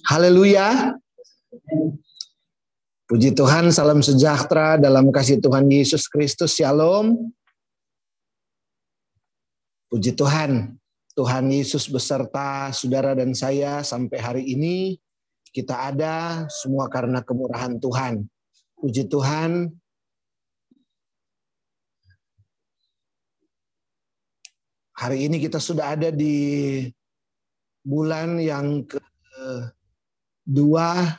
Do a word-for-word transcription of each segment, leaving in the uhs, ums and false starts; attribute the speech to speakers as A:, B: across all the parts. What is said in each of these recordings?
A: Haleluya. Puji Tuhan, salam sejahtera dalam kasih Tuhan Yesus Kristus. Shalom. Puji Tuhan, Tuhan Yesus beserta saudara dan saya sampai hari ini kita ada semua karena kemurahan Tuhan. Puji Tuhan. Hari ini kita sudah ada di bulan yang kedua,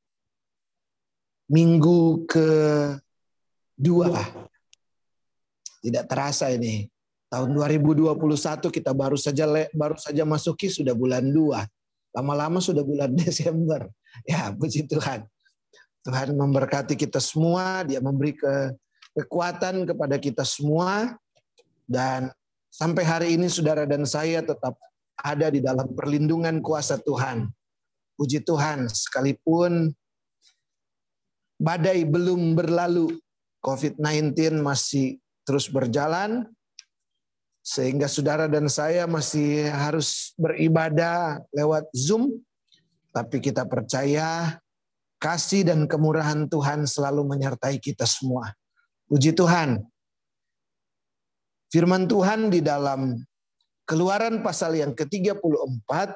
A: minggu kedua. Tidak terasa ini. Tahun dua ribu dua puluh satu kita baru saja baru saja masuki sudah bulan dua. Lama-lama sudah bulan Desember. Ya, puji Tuhan. Tuhan memberkati kita semua, Dia memberi ke, kekuatan kepada kita semua, dan sampai hari ini saudara dan saya tetap ada di dalam perlindungan kuasa Tuhan. Puji Tuhan, sekalipun badai belum berlalu, covid sembilan belas masih terus berjalan, sehingga saudara dan saya masih harus beribadah lewat Zoom, tapi kita percaya kasih dan kemurahan Tuhan selalu menyertai kita semua. Puji Tuhan. Firman Tuhan di dalam Keluaran pasal yang ke tiga puluh empat,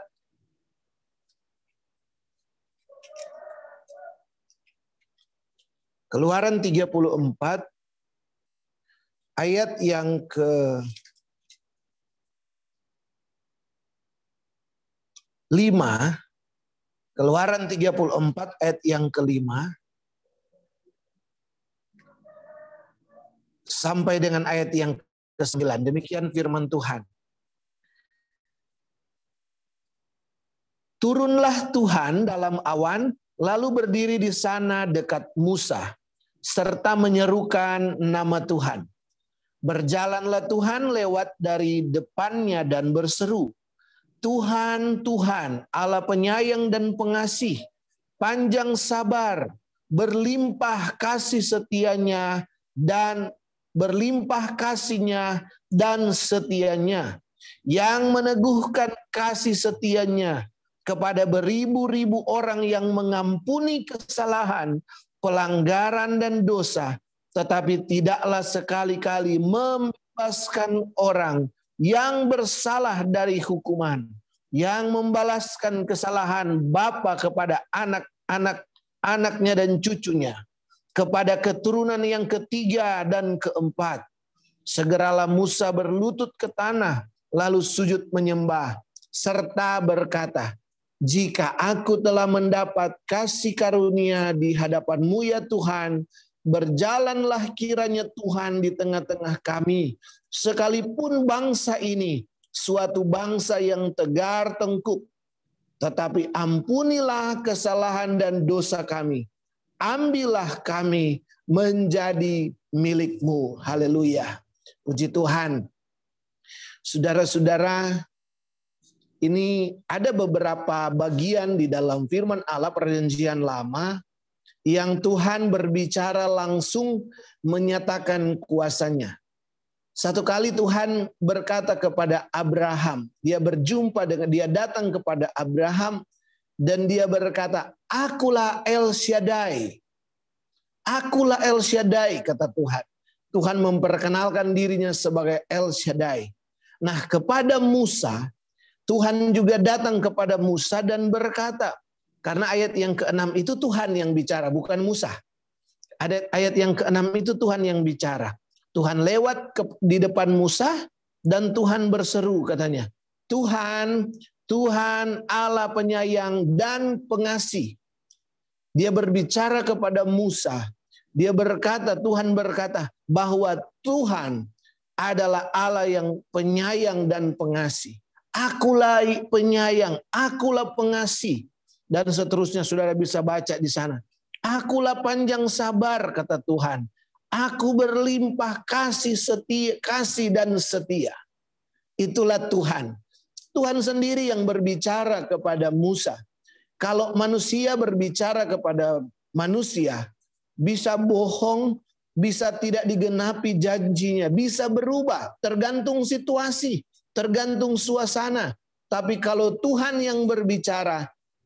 A: Keluaran tiga puluh empat, ayat yang ke lima, Keluaran tiga puluh empat ayat yang kelima, sampai dengan ayat yang kesembilan. Demikian firman Tuhan. Turunlah Tuhan dalam awan, lalu berdiri di sana dekat Musa, serta menyerukan nama Tuhan. Berjalanlah Tuhan lewat dari depannya dan berseru, Tuhan, Tuhan, Allah penyayang dan pengasih, panjang sabar, berlimpah kasih setianya dan berlimpah kasihnya dan setianya, yang meneguhkan kasih setianya kepada beribu-ribu orang yang mengampuni kesalahan, pelanggaran dan dosa, tetapi tidaklah sekali-kali membebaskan orang yang bersalah dari hukuman, yang membalaskan kesalahan bapa kepada anak-anak anaknya dan cucunya, kepada keturunan yang ketiga dan keempat. Segeralah Musa berlutut ke tanah, lalu sujud menyembah, serta berkata, jika aku telah mendapat kasih karunia di hadapan-Mu ya Tuhan, berjalanlah kiranya Tuhan di tengah-tengah kami, sekalipun bangsa ini suatu bangsa yang tegar tengkuk, tetapi ampunilah kesalahan dan dosa kami. Ambillah kami menjadi milik-Mu. Haleluya. Puji Tuhan. Saudara-saudara, ini ada beberapa bagian di dalam firman Allah Perjanjian Lama yang Tuhan berbicara langsung menyatakan kuasanya. Satu kali Tuhan berkata kepada Abraham, dia berjumpa dengan, dia datang kepada Abraham dan dia berkata, akulah El Shaddai. Akulah El Shaddai, kata Tuhan. Tuhan memperkenalkan dirinya sebagai El Shaddai. Nah, kepada Musa, Tuhan juga datang kepada Musa dan berkata, karena ayat yang keenam itu Tuhan yang bicara, bukan Musa. Ada ayat yang keenam itu Tuhan yang bicara. Tuhan lewat ke, di depan Musa dan Tuhan berseru katanya, Tuhan, Tuhan Allah penyayang dan pengasih. Dia berbicara kepada Musa. Dia berkata, Tuhan berkata bahwa Tuhan adalah Allah yang penyayang dan pengasih. Akulah penyayang, akulah pengasih. Dan seterusnya saudara bisa baca di sana. Akulah panjang sabar, kata Tuhan. Aku berlimpah kasih setia, kasih dan setia. Itulah Tuhan. Tuhan sendiri yang berbicara kepada Musa. Kalau manusia berbicara kepada manusia, bisa bohong, bisa tidak digenapi janjinya, bisa berubah, tergantung situasi, tergantung suasana. Tapi kalau Tuhan yang berbicara,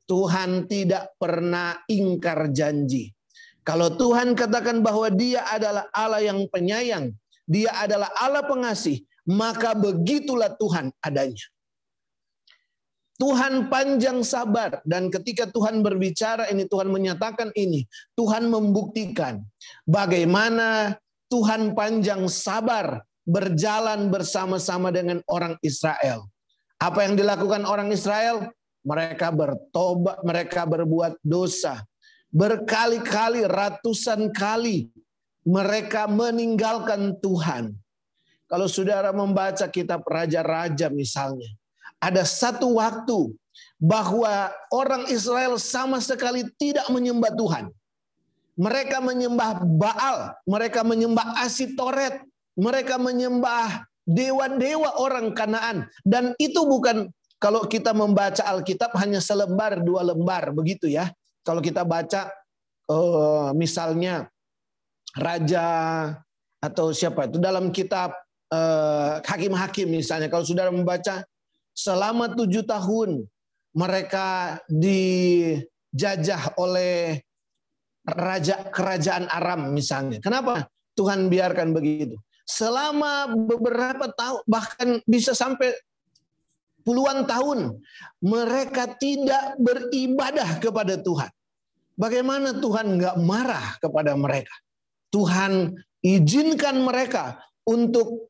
A: Tuhan tidak pernah ingkar janji. Kalau Tuhan katakan bahwa Dia adalah Allah yang penyayang, Dia adalah Allah pengasih, maka begitulah Tuhan adanya. Tuhan panjang sabar, dan ketika Tuhan berbicara ini, Tuhan menyatakan ini, Tuhan membuktikan bagaimana Tuhan panjang sabar berjalan bersama-sama dengan orang Israel. Apa yang dilakukan orang Israel? Mereka bertobat, mereka berbuat dosa. Berkali-kali, ratusan kali mereka meninggalkan Tuhan. Kalau saudara membaca kitab Raja-Raja misalnya, ada satu waktu bahwa orang Israel sama sekali tidak menyembah Tuhan. Mereka menyembah Baal, mereka menyembah Asitoret, mereka menyembah dewa-dewa orang Kanaan. Dan itu bukan, kalau kita membaca Alkitab hanya selembar, dua lembar, begitu ya. Kalau kita baca uh, misalnya Raja atau siapa itu dalam kitab uh, Hakim-Hakim misalnya, kalau saudara membaca, selama tujuh tahun mereka dijajah oleh raja kerajaan Aram misalnya. Kenapa Tuhan biarkan begitu? Selama beberapa tahun, bahkan bisa sampai puluhan tahun, mereka tidak beribadah kepada Tuhan. Bagaimana Tuhan nggak marah kepada mereka? Tuhan izinkan mereka untuk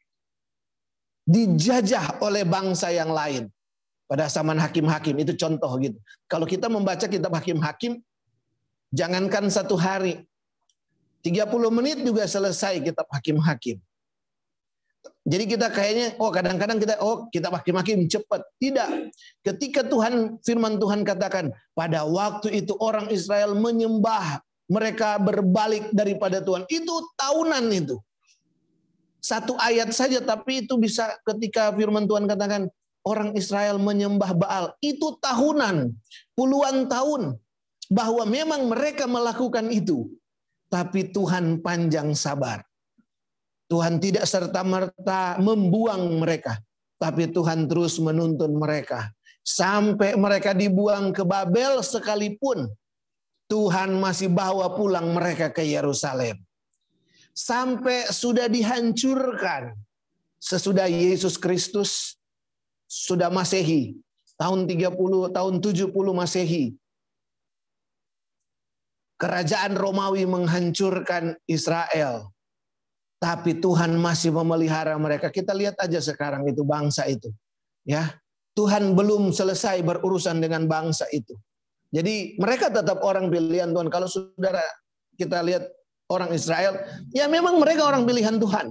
A: dijajah oleh bangsa yang lain. Pada zaman Hakim-Hakim, itu contoh gitu. Kalau kita membaca kitab Hakim-Hakim, jangankan satu hari, tiga puluh menit juga selesai kitab Hakim-Hakim. Jadi kita kayaknya, oh kadang-kadang kita, oh kitab Hakim-Hakim cepat. Tidak. Ketika Tuhan, firman Tuhan katakan, pada waktu itu orang Israel menyembah, mereka berbalik daripada Tuhan. Itu tahunan itu. Satu ayat saja, tapi itu bisa ketika firman Tuhan katakan orang Israel menyembah Baal. Itu tahunan, puluhan tahun. Bahwa memang mereka melakukan itu. Tapi Tuhan panjang sabar. Tuhan tidak serta-merta membuang mereka. Tapi Tuhan terus menuntun mereka. Sampai mereka dibuang ke Babel sekalipun, Tuhan masih bawa pulang mereka ke Yerusalem. Sampai sudah dihancurkan sesudah Yesus Kristus sudah Masehi, tahun tiga puluh, tahun tujuh puluh Masehi. Kerajaan Romawi menghancurkan Israel. Tapi Tuhan masih memelihara mereka. Kita lihat aja sekarang itu bangsa itu. Ya, Tuhan belum selesai berurusan dengan bangsa itu. Jadi mereka tetap orang pilihan Tuhan. Kalau saudara kita lihat orang Israel, ya memang mereka orang pilihan Tuhan.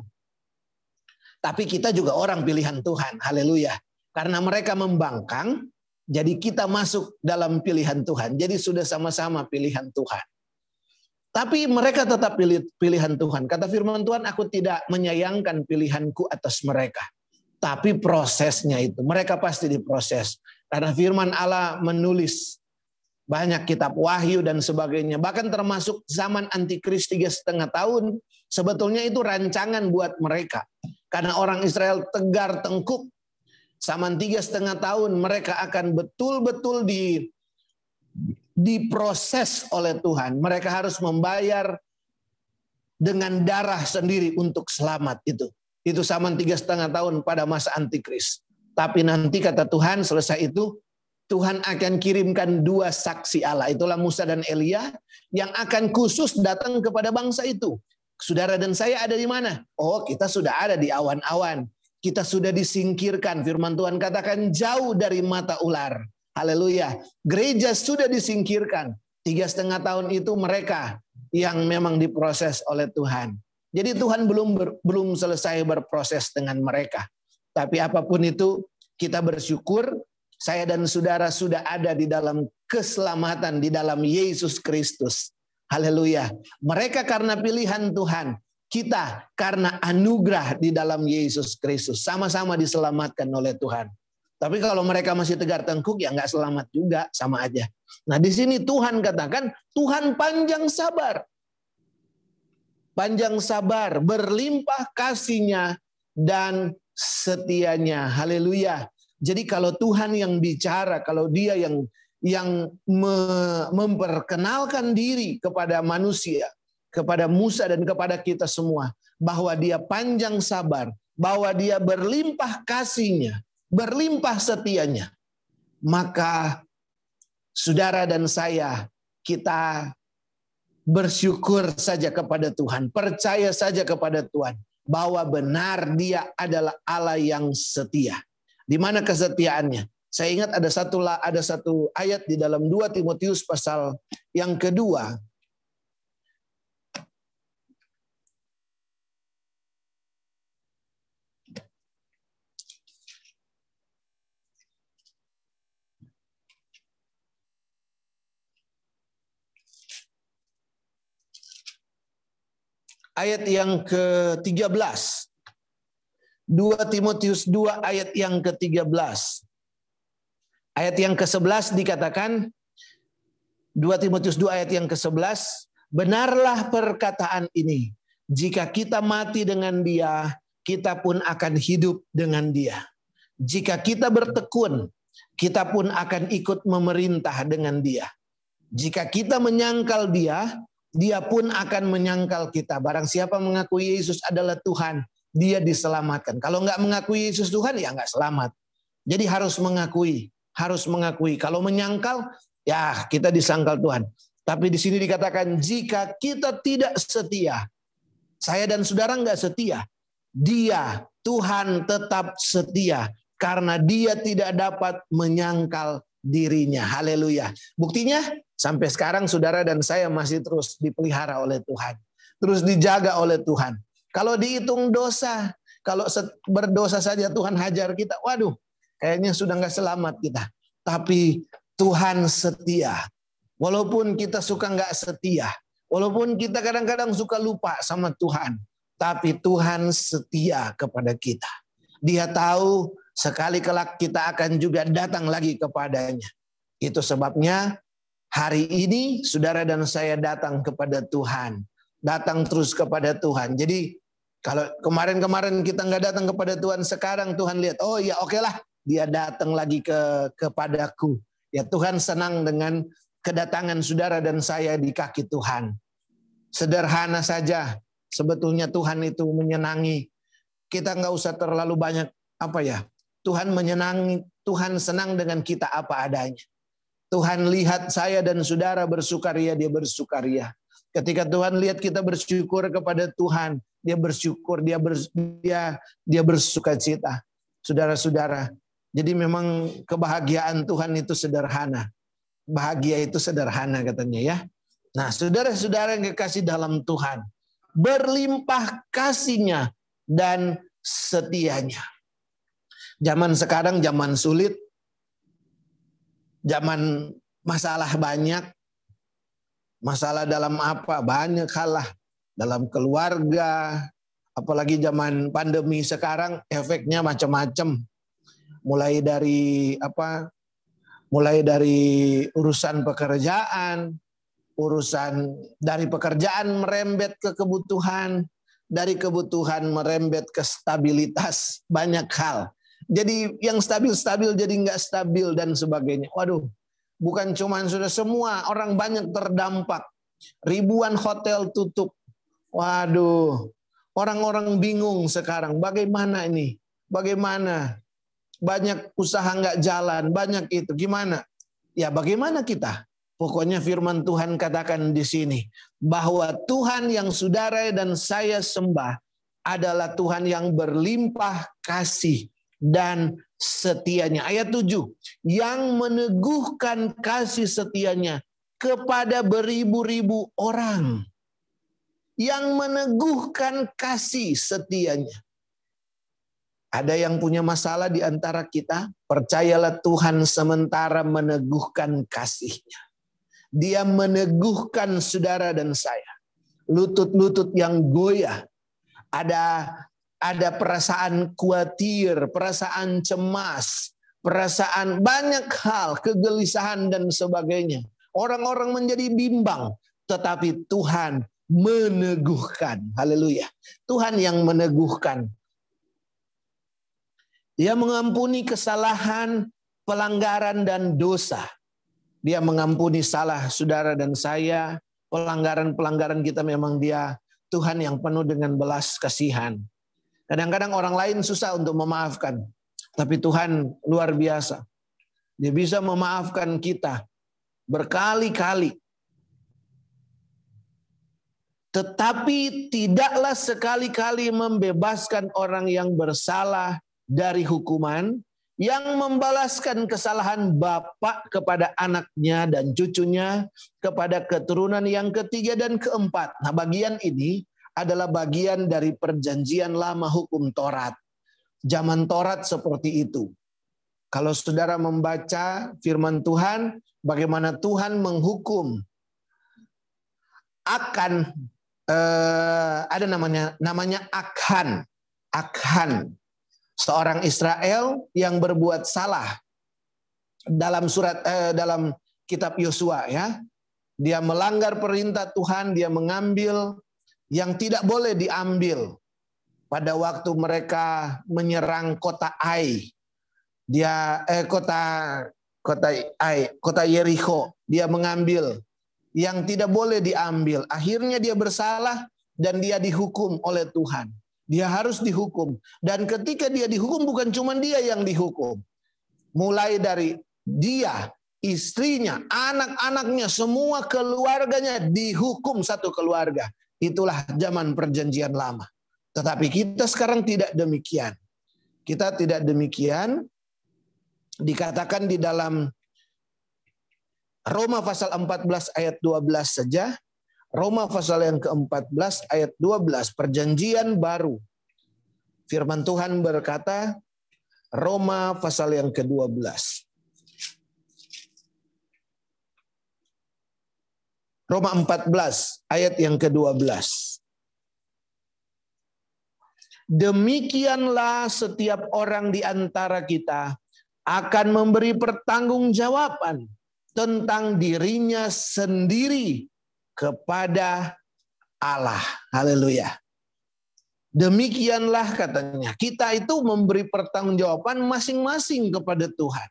A: Tapi kita juga orang pilihan Tuhan. Haleluya. Karena mereka membangkang, jadi kita masuk dalam pilihan Tuhan. Jadi sudah sama-sama pilihan Tuhan. Tapi mereka tetap pilih, pilihan Tuhan. Kata firman Tuhan, aku tidak menyayangkan pilihanku atas mereka. Tapi prosesnya itu, mereka pasti diproses. Karena firman Allah menulis banyak kitab wahyu dan sebagainya. Bahkan termasuk zaman antikris tiga setengah tahun. Sebetulnya itu rancangan buat mereka. Karena orang Israel tegar tengkuk. Zaman tiga setengah tahun mereka akan betul-betul di, diproses oleh Tuhan. Mereka harus membayar dengan darah sendiri untuk selamat itu. Itu zaman tiga setengah tahun pada masa antikris. Tapi nanti kata Tuhan selesai itu, Tuhan akan kirimkan dua saksi Allah. Itulah Musa dan Elia yang akan khusus datang kepada bangsa itu. Saudara dan saya ada di mana? Oh, kita sudah ada di awan-awan. Kita sudah disingkirkan. Firman Tuhan katakan jauh dari mata ular. Haleluya. Gereja sudah disingkirkan. Tiga setengah tahun itu mereka yang memang diproses oleh Tuhan. Jadi Tuhan belum ber, belum selesai berproses dengan mereka. Tapi apapun itu kita bersyukur. Saya dan saudara sudah ada di dalam keselamatan di dalam Yesus Kristus. Haleluya. Mereka karena pilihan Tuhan. Kita karena anugerah di dalam Yesus Kristus. Sama-sama diselamatkan oleh Tuhan. Tapi kalau mereka masih tegar tengkuk ya nggak selamat juga, sama aja. Nah di sini Tuhan katakan, Tuhan panjang sabar. Panjang sabar, berlimpah kasihnya dan setianya. Haleluya. Jadi kalau Tuhan yang bicara, kalau dia yang yang me- memperkenalkan diri kepada manusia, kepada Musa dan kepada kita semua, bahwa dia panjang sabar, bahwa dia berlimpah kasihnya, berlimpah setianya. Maka saudara dan saya, kita bersyukur saja kepada Tuhan, percaya saja kepada Tuhan, bahwa benar Dia adalah Allah yang setia. Di mana kesetiaannya? Saya ingat ada satu ada satu ayat di dalam dua Timotius pasal yang kedua. Ayat yang ke tiga belas. dua Timotius dua ayat yang ke tiga belas. Ayat yang ke sebelas dikatakan, dua Timotius dua ayat yang ke sebelas, benarlah perkataan ini, jika kita mati dengan Dia, kita pun akan hidup dengan Dia. Jika kita bertekun, kita pun akan ikut memerintah dengan Dia. Jika kita menyangkal Dia, Dia pun akan menyangkal kita. Barang siapa mengakui Yesus adalah Tuhan, dia diselamatkan. Kalau nggak mengakui Yesus Tuhan, ya nggak selamat. Jadi harus mengakui, harus mengakui. Kalau menyangkal, ya kita disangkal Tuhan. Tapi di sini dikatakan, jika kita tidak setia, saya dan saudara nggak setia, Dia, Tuhan tetap setia. Karena Dia tidak dapat menyangkal dirinya. Haleluya. Buktinya, sampai sekarang saudara dan saya masih terus dipelihara oleh Tuhan. Terus dijaga oleh Tuhan. Kalau dihitung dosa, kalau berdosa saja Tuhan hajar kita, waduh, kayaknya sudah nggak selamat kita. Tapi Tuhan setia. Walaupun kita suka nggak setia, walaupun kita kadang-kadang suka lupa sama Tuhan, tapi Tuhan setia kepada kita. Dia tahu sekali kelak kita akan juga datang lagi kepadanya. Itu sebabnya hari ini saudara dan saya datang kepada Tuhan. Datang terus kepada Tuhan. Jadi kalau kemarin-kemarin kita nggak datang kepada Tuhan, sekarang Tuhan lihat, oh ya oke lah, dia datang lagi ke kepadaku. Ya Tuhan senang dengan kedatangan saudara dan saya di kaki Tuhan. Sederhana saja, sebetulnya Tuhan itu menyenangi. Kita nggak usah terlalu banyak apa ya. Tuhan menyenangi, Tuhan senang dengan kita apa adanya. Tuhan lihat saya dan saudara bersukaria, dia bersukaria. Ketika Tuhan lihat kita bersyukur kepada Tuhan, dia bersyukur, dia ber, dia dia bersukacita. Saudara-saudara, jadi memang kebahagiaan Tuhan itu sederhana. Bahagia itu sederhana katanya ya. Nah, saudara-saudara yang kekasih dalam Tuhan, berlimpah kasihnya dan setianya. Zaman sekarang zaman sulit, zaman masalah banyak. Masalah dalam apa? Banyak hal lah. Dalam keluarga, apalagi zaman pandemi sekarang efeknya macam-macam. Mulai dari apa? Mulai dari urusan pekerjaan, urusan dari pekerjaan merembet ke kebutuhan, dari kebutuhan merembet ke stabilitas, banyak hal. Jadi yang stabil-stabil jadi nggak stabil dan sebagainya. Waduh, bukan cuma sudah semua, orang banyak terdampak. Ribuan hotel tutup. Waduh, orang-orang bingung sekarang. Bagaimana ini? Bagaimana? Banyak usaha nggak jalan, banyak itu. Gimana? Ya bagaimana kita? Pokoknya firman Tuhan katakan di sini. Bahwa Tuhan yang saudara dan saya sembah adalah Tuhan yang berlimpah kasih dan setianya. Ayat tujuh. Yang meneguhkan kasih setianya kepada beribu-ribu orang. Yang meneguhkan kasih setianya. Ada yang punya masalah di antara kita, percayalah Tuhan sementara meneguhkan kasihnya. Dia meneguhkan saudara dan saya. Lutut-lutut yang goyah. Ada ada perasaan khawatir, perasaan cemas, perasaan banyak hal, kegelisahan dan sebagainya. Orang-orang menjadi bimbang, tetapi Tuhan meneguhkan. Haleluya. Tuhan yang meneguhkan. Dia mengampuni kesalahan, pelanggaran, dan dosa. Dia mengampuni salah saudara dan saya. Pelanggaran-pelanggaran kita memang Dia Tuhan yang penuh dengan belas kasihan. Kadang-kadang orang lain susah untuk memaafkan. Tapi Tuhan luar biasa. Dia bisa memaafkan kita berkali-kali. Tetapi tidaklah sekali-kali membebaskan orang yang bersalah dari hukuman, yang membalaskan kesalahan bapak kepada anaknya dan cucunya, kepada keturunan yang ketiga dan keempat. Nah, bagian ini adalah bagian dari perjanjian lama hukum Taurat. Zaman Taurat seperti itu. Kalau saudara membaca firman Tuhan, bagaimana Tuhan menghukum akan Uh, ada namanya namanya Akhan, Akhan, seorang Israel yang berbuat salah dalam surat uh, dalam kitab Yosua ya. Dia melanggar perintah Tuhan, dia mengambil yang tidak boleh diambil pada waktu mereka menyerang kota Ai. Dia eh kota kota Ai, kota Yeriko, dia mengambil yang tidak boleh diambil. Akhirnya dia bersalah dan dia dihukum oleh Tuhan. Dia harus dihukum. Dan ketika dia dihukum, bukan cuma dia yang dihukum. Mulai dari dia, istrinya, anak-anaknya, semua keluarganya dihukum satu keluarga. Itulah zaman perjanjian lama. Tetapi kita sekarang tidak demikian. Kita tidak demikian. Dikatakan di dalam Roma pasal empat belas ayat dua belas saja. Roma pasal yang keempat belas ayat dua belas. Perjanjian baru. Firman Tuhan berkata, Roma pasal yang kedua belas. Roma empat belas ayat yang kedua belas. Demikianlah setiap orang di antara kita akan memberi pertanggungjawaban tentang dirinya sendiri kepada Allah. Haleluya. Demikianlah katanya. Kita itu memberi pertanggungjawaban masing-masing kepada Tuhan.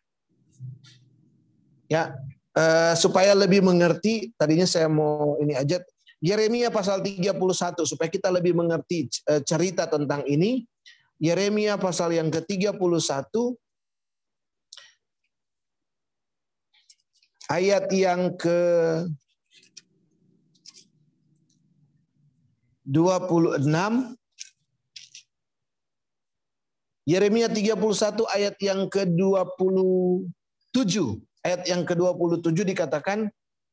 A: Ya, eh, supaya lebih mengerti, tadinya saya mau ini aja, Yeremia pasal tiga puluh satu, supaya kita lebih mengerti eh, cerita tentang ini. Yeremia pasal yang ke tiga puluh satu, ayat yang ke dua puluh enam. Yeremia tiga puluh satu ayat yang ke dua puluh tujuh. Ayat yang ke dua puluh tujuh dikatakan,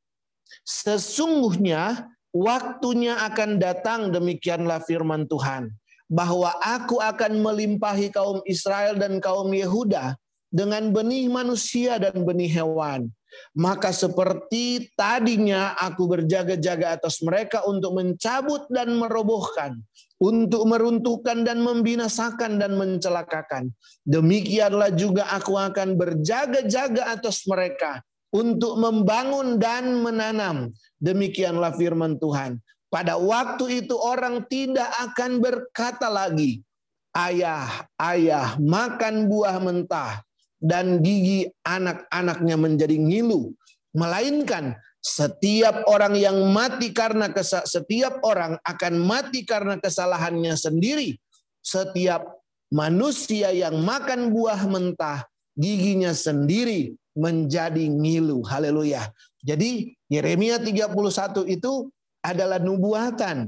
A: sesungguhnya waktunya akan datang, demikianlah firman Tuhan, bahwa aku akan melimpahi kaum Israel dan kaum Yehuda dengan benih manusia dan benih hewan. Maka seperti tadinya aku berjaga-jaga atas mereka untuk mencabut dan merobohkan, untuk meruntuhkan dan membinasakan dan mencelakakan. Demikianlah juga aku akan berjaga-jaga atas mereka untuk membangun dan menanam. Demikianlah firman Tuhan. Pada waktu itu orang tidak akan berkata lagi, ayah, ayah, makan buah mentah, dan gigi anak-anaknya menjadi ngilu, melainkan setiap orang yang mati karena kesa- setiap orang akan mati karena kesalahannya sendiri. Setiap manusia yang makan buah mentah, giginya sendiri menjadi ngilu. Haleluya. Jadi Yeremia tiga puluh satu itu adalah nubuatan.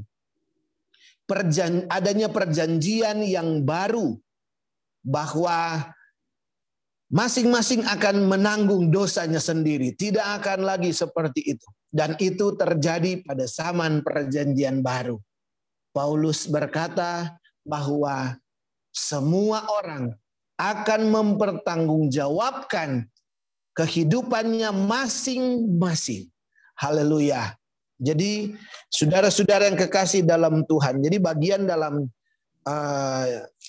A: Perjan- adanya perjanjian yang baru bahwa masing-masing akan menanggung dosanya sendiri. Tidak akan lagi seperti itu. Dan itu terjadi pada zaman perjanjian baru. Paulus berkata bahwa semua orang akan mempertanggungjawabkan kehidupannya masing-masing. Haleluya. Jadi saudara-saudara yang kekasih dalam Tuhan. Jadi bagian dalam uh,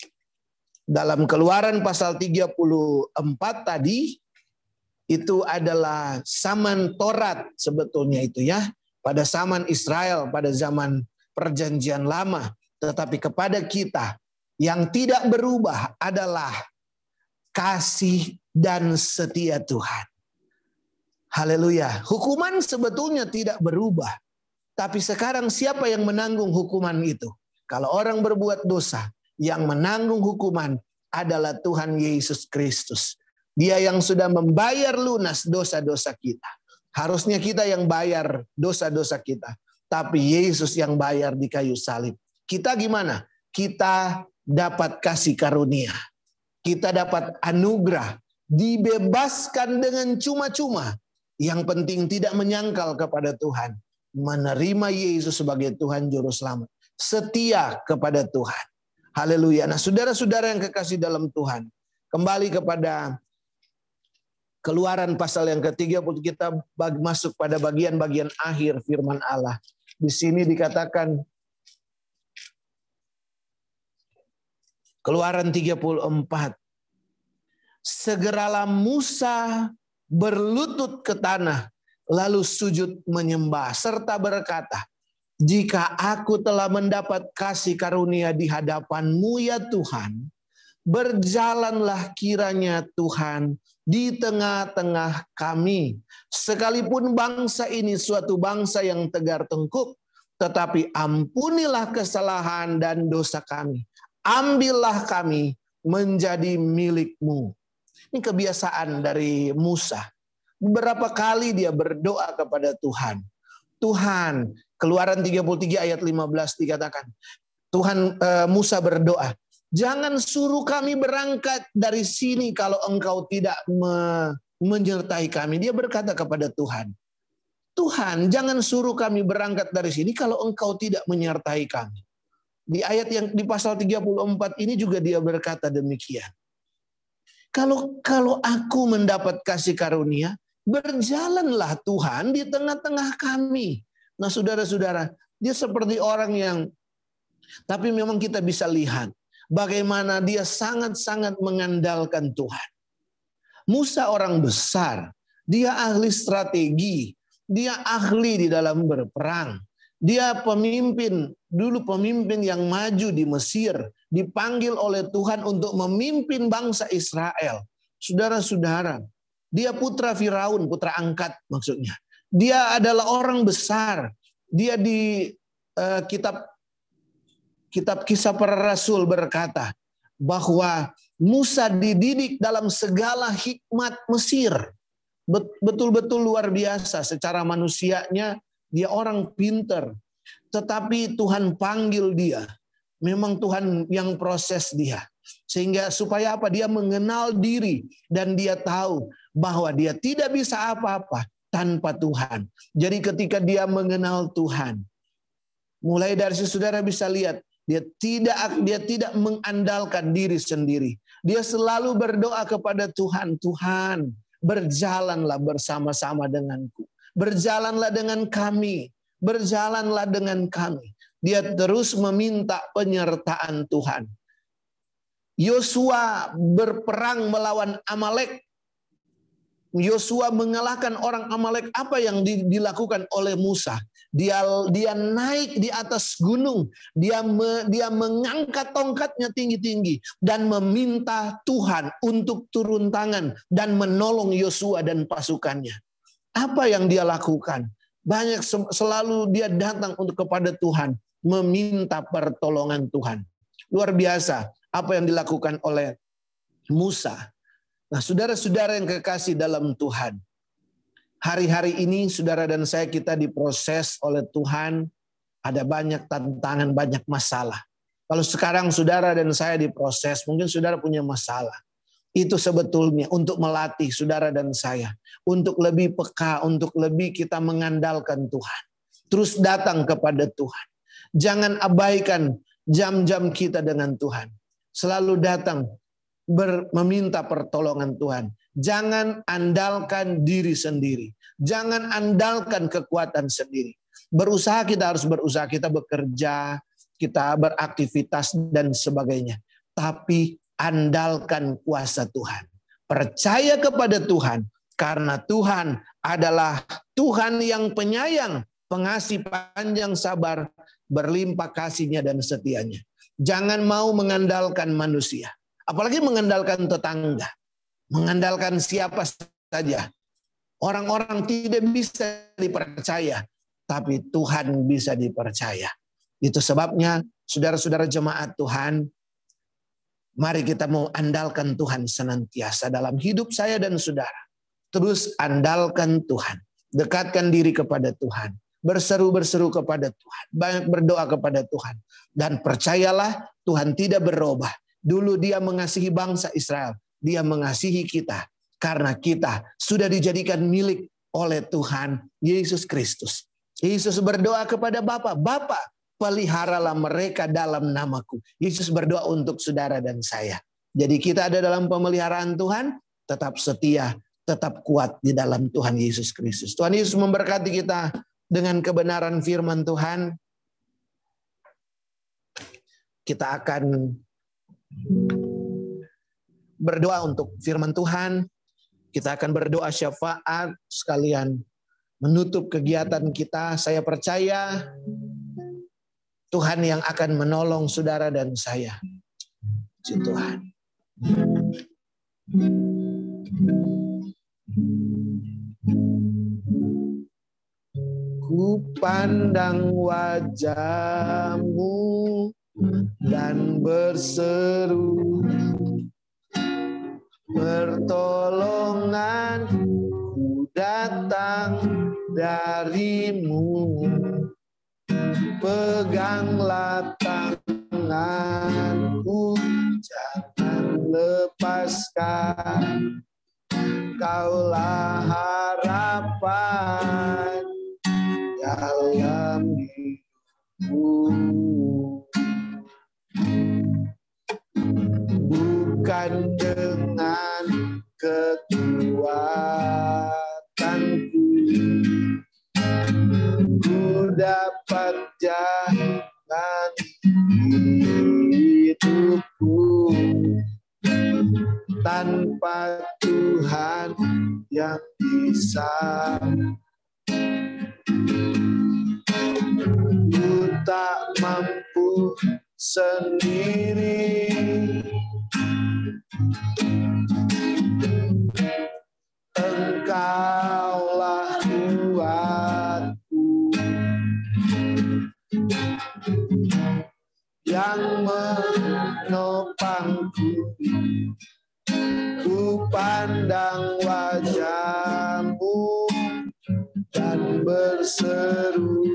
A: dalam Keluaran pasal tiga puluh empat tadi, itu adalah zaman Taurat sebetulnya itu ya. Pada zaman Israel, pada zaman perjanjian lama. Tetapi kepada kita yang tidak berubah adalah kasih dan setia Tuhan. Haleluya. Hukuman sebetulnya tidak berubah. Tapi sekarang siapa yang menanggung hukuman itu? Kalau orang berbuat dosa, yang menanggung hukuman adalah Tuhan Yesus Kristus. Dia yang sudah membayar lunas dosa-dosa kita. Harusnya kita yang bayar dosa-dosa kita. Tapi Yesus yang bayar di kayu salib. Kita gimana? Kita dapat kasih karunia. Kita dapat anugerah. Dibebaskan dengan cuma-cuma. Yang penting tidak menyangkal kepada Tuhan. Menerima Yesus sebagai Tuhan Juru Selamat. Setia kepada Tuhan. Haleluya. Nah, saudara-saudara yang kekasih dalam Tuhan. Kembali kepada Keluaran pasal yang ketiga, kita masuk pada bagian-bagian akhir firman Allah. Di sini dikatakan, Keluaran tiga puluh empat. Segeralah Musa berlutut ke tanah, lalu sujud menyembah, serta berkata, jika aku telah mendapat kasih karunia di hadapan-Mu ya Tuhan, berjalanlah kiranya Tuhan di tengah-tengah kami. Sekalipun bangsa ini suatu bangsa yang tegar tengkuk, tetapi ampunilah kesalahan dan dosa kami. Ambillah kami menjadi milik-Mu. Ini kebiasaan dari Musa. Beberapa kali dia berdoa kepada Tuhan. Tuhan, Keluaran tiga puluh tiga ayat lima belas dikatakan, Tuhan uh, Musa berdoa, jangan suruh kami berangkat dari sini kalau Engkau tidak me, menyertai kami. Dia berkata kepada Tuhan, Tuhan, jangan suruh kami berangkat dari sini kalau Engkau tidak menyertai kami. Di ayat yang di pasal tiga puluh empat ini juga dia berkata demikian. Kalau kalau aku mendapat kasih karunia, berjalanlah Tuhan di tengah-tengah kami. Nah, saudara-saudara, dia seperti orang yang, tapi memang kita bisa lihat bagaimana dia sangat-sangat mengandalkan Tuhan. Musa orang besar, dia ahli strategi, dia ahli di dalam berperang. Dia pemimpin, dulu pemimpin yang maju di Mesir, dipanggil oleh Tuhan untuk memimpin bangsa Israel. Saudara-saudara, dia putra Firaun, putra angkat maksudnya. Dia adalah orang besar. Dia di uh, kitab kitab Kisah Para Rasul berkata bahwa Musa dididik dalam segala hikmat Mesir. Betul-betul luar biasa secara manusianya. Dia orang pinter, tetapi Tuhan panggil dia. Memang Tuhan yang proses dia. Sehingga supaya apa? Dia mengenal diri dan dia tahu bahwa dia tidak bisa apa-apa tanpa Tuhan. Jadi ketika dia mengenal Tuhan, mulai dari saudara bisa lihat, dia tidak dia tidak mengandalkan diri sendiri. Dia selalu berdoa kepada Tuhan, Tuhan, berjalanlah bersama-sama denganku. Berjalanlah dengan kami, berjalanlah dengan kami. Dia terus meminta penyertaan Tuhan. Yosua berperang melawan Amalek. Yosua mengalahkan orang Amalek. Apa yang dilakukan oleh Musa? Dia dia naik di atas gunung. Dia me, dia mengangkat tongkatnya tinggi-tinggi dan meminta Tuhan untuk turun tangan dan menolong Yosua dan pasukannya. Apa yang dia lakukan? Banyak selalu dia datang untuk kepada Tuhan, meminta pertolongan Tuhan. Luar biasa apa yang dilakukan oleh Musa. Nah, saudara-saudara yang kekasih dalam Tuhan, hari-hari ini saudara dan saya kita diproses oleh Tuhan, ada banyak tantangan, banyak masalah. Kalau sekarang saudara dan saya diproses, mungkin saudara punya masalah. Itu sebetulnya untuk melatih saudara dan saya. Untuk lebih peka, untuk lebih kita mengandalkan Tuhan. Terus datang kepada Tuhan. Jangan abaikan jam-jam kita dengan Tuhan. Selalu datang ber, meminta pertolongan Tuhan. Jangan andalkan diri sendiri. Jangan andalkan kekuatan sendiri. Berusaha kita harus berusaha. Kita bekerja, kita beraktivitas dan sebagainya. Tapi andalkan kuasa Tuhan. Percaya kepada Tuhan. Karena Tuhan adalah Tuhan yang penyayang, pengasih panjang sabar, berlimpah kasihnya dan setianya. Jangan mau mengandalkan manusia. Apalagi mengandalkan tetangga. Mengandalkan siapa saja. Orang-orang tidak bisa dipercaya, tapi Tuhan bisa dipercaya. Itu sebabnya saudara-saudara jemaat Tuhan, mari kita mau andalkan Tuhan senantiasa dalam hidup saya dan saudara. Terus andalkan Tuhan, dekatkan diri kepada Tuhan, berseru-berseru kepada Tuhan, banyak berdoa kepada Tuhan. Dan percayalah Tuhan tidak berubah. Dulu Dia mengasihi bangsa Israel, Dia mengasihi kita. Karena kita sudah dijadikan milik oleh Tuhan Yesus Kristus. Yesus berdoa kepada Bapa, Bapa, peliharalah mereka dalam namaku. Yesus berdoa untuk saudara dan saya. Jadi kita ada dalam pemeliharaan Tuhan, tetap setia, tetap kuat di dalam Tuhan Yesus Kristus. Tuhan Yesus memberkati kita dengan kebenaran firman Tuhan. Kita akan berdoa untuk firman Tuhan. Kita akan berdoa syafaat sekalian menutup kegiatan kita. Saya percaya Tuhan yang akan menolong saudara dan saya. Puji Tuhan. Ku pandang wajah-Mu dan berseru, pertolonganku datang dari-Mu. Peganglah tanganku, jangan lepaskan. Kaulah harapan dalam hidupku. Bukan dengan kekuatanku ku dapat jalani hidupku. Tanpa Tuhan yang bisa, ku tak mampu sendiri. Engkaulah kuatku yang menopangku. Ku pandang wajah-Mu dan berseru,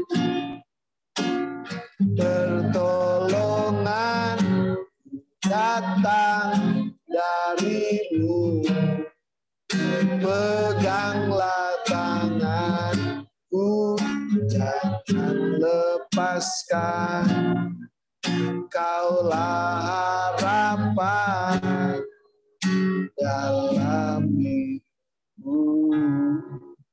A: pertolongan datang dari-Mu. Peganglah tanganku, jangan lepaskan. Kaulah harapan dalam hidup.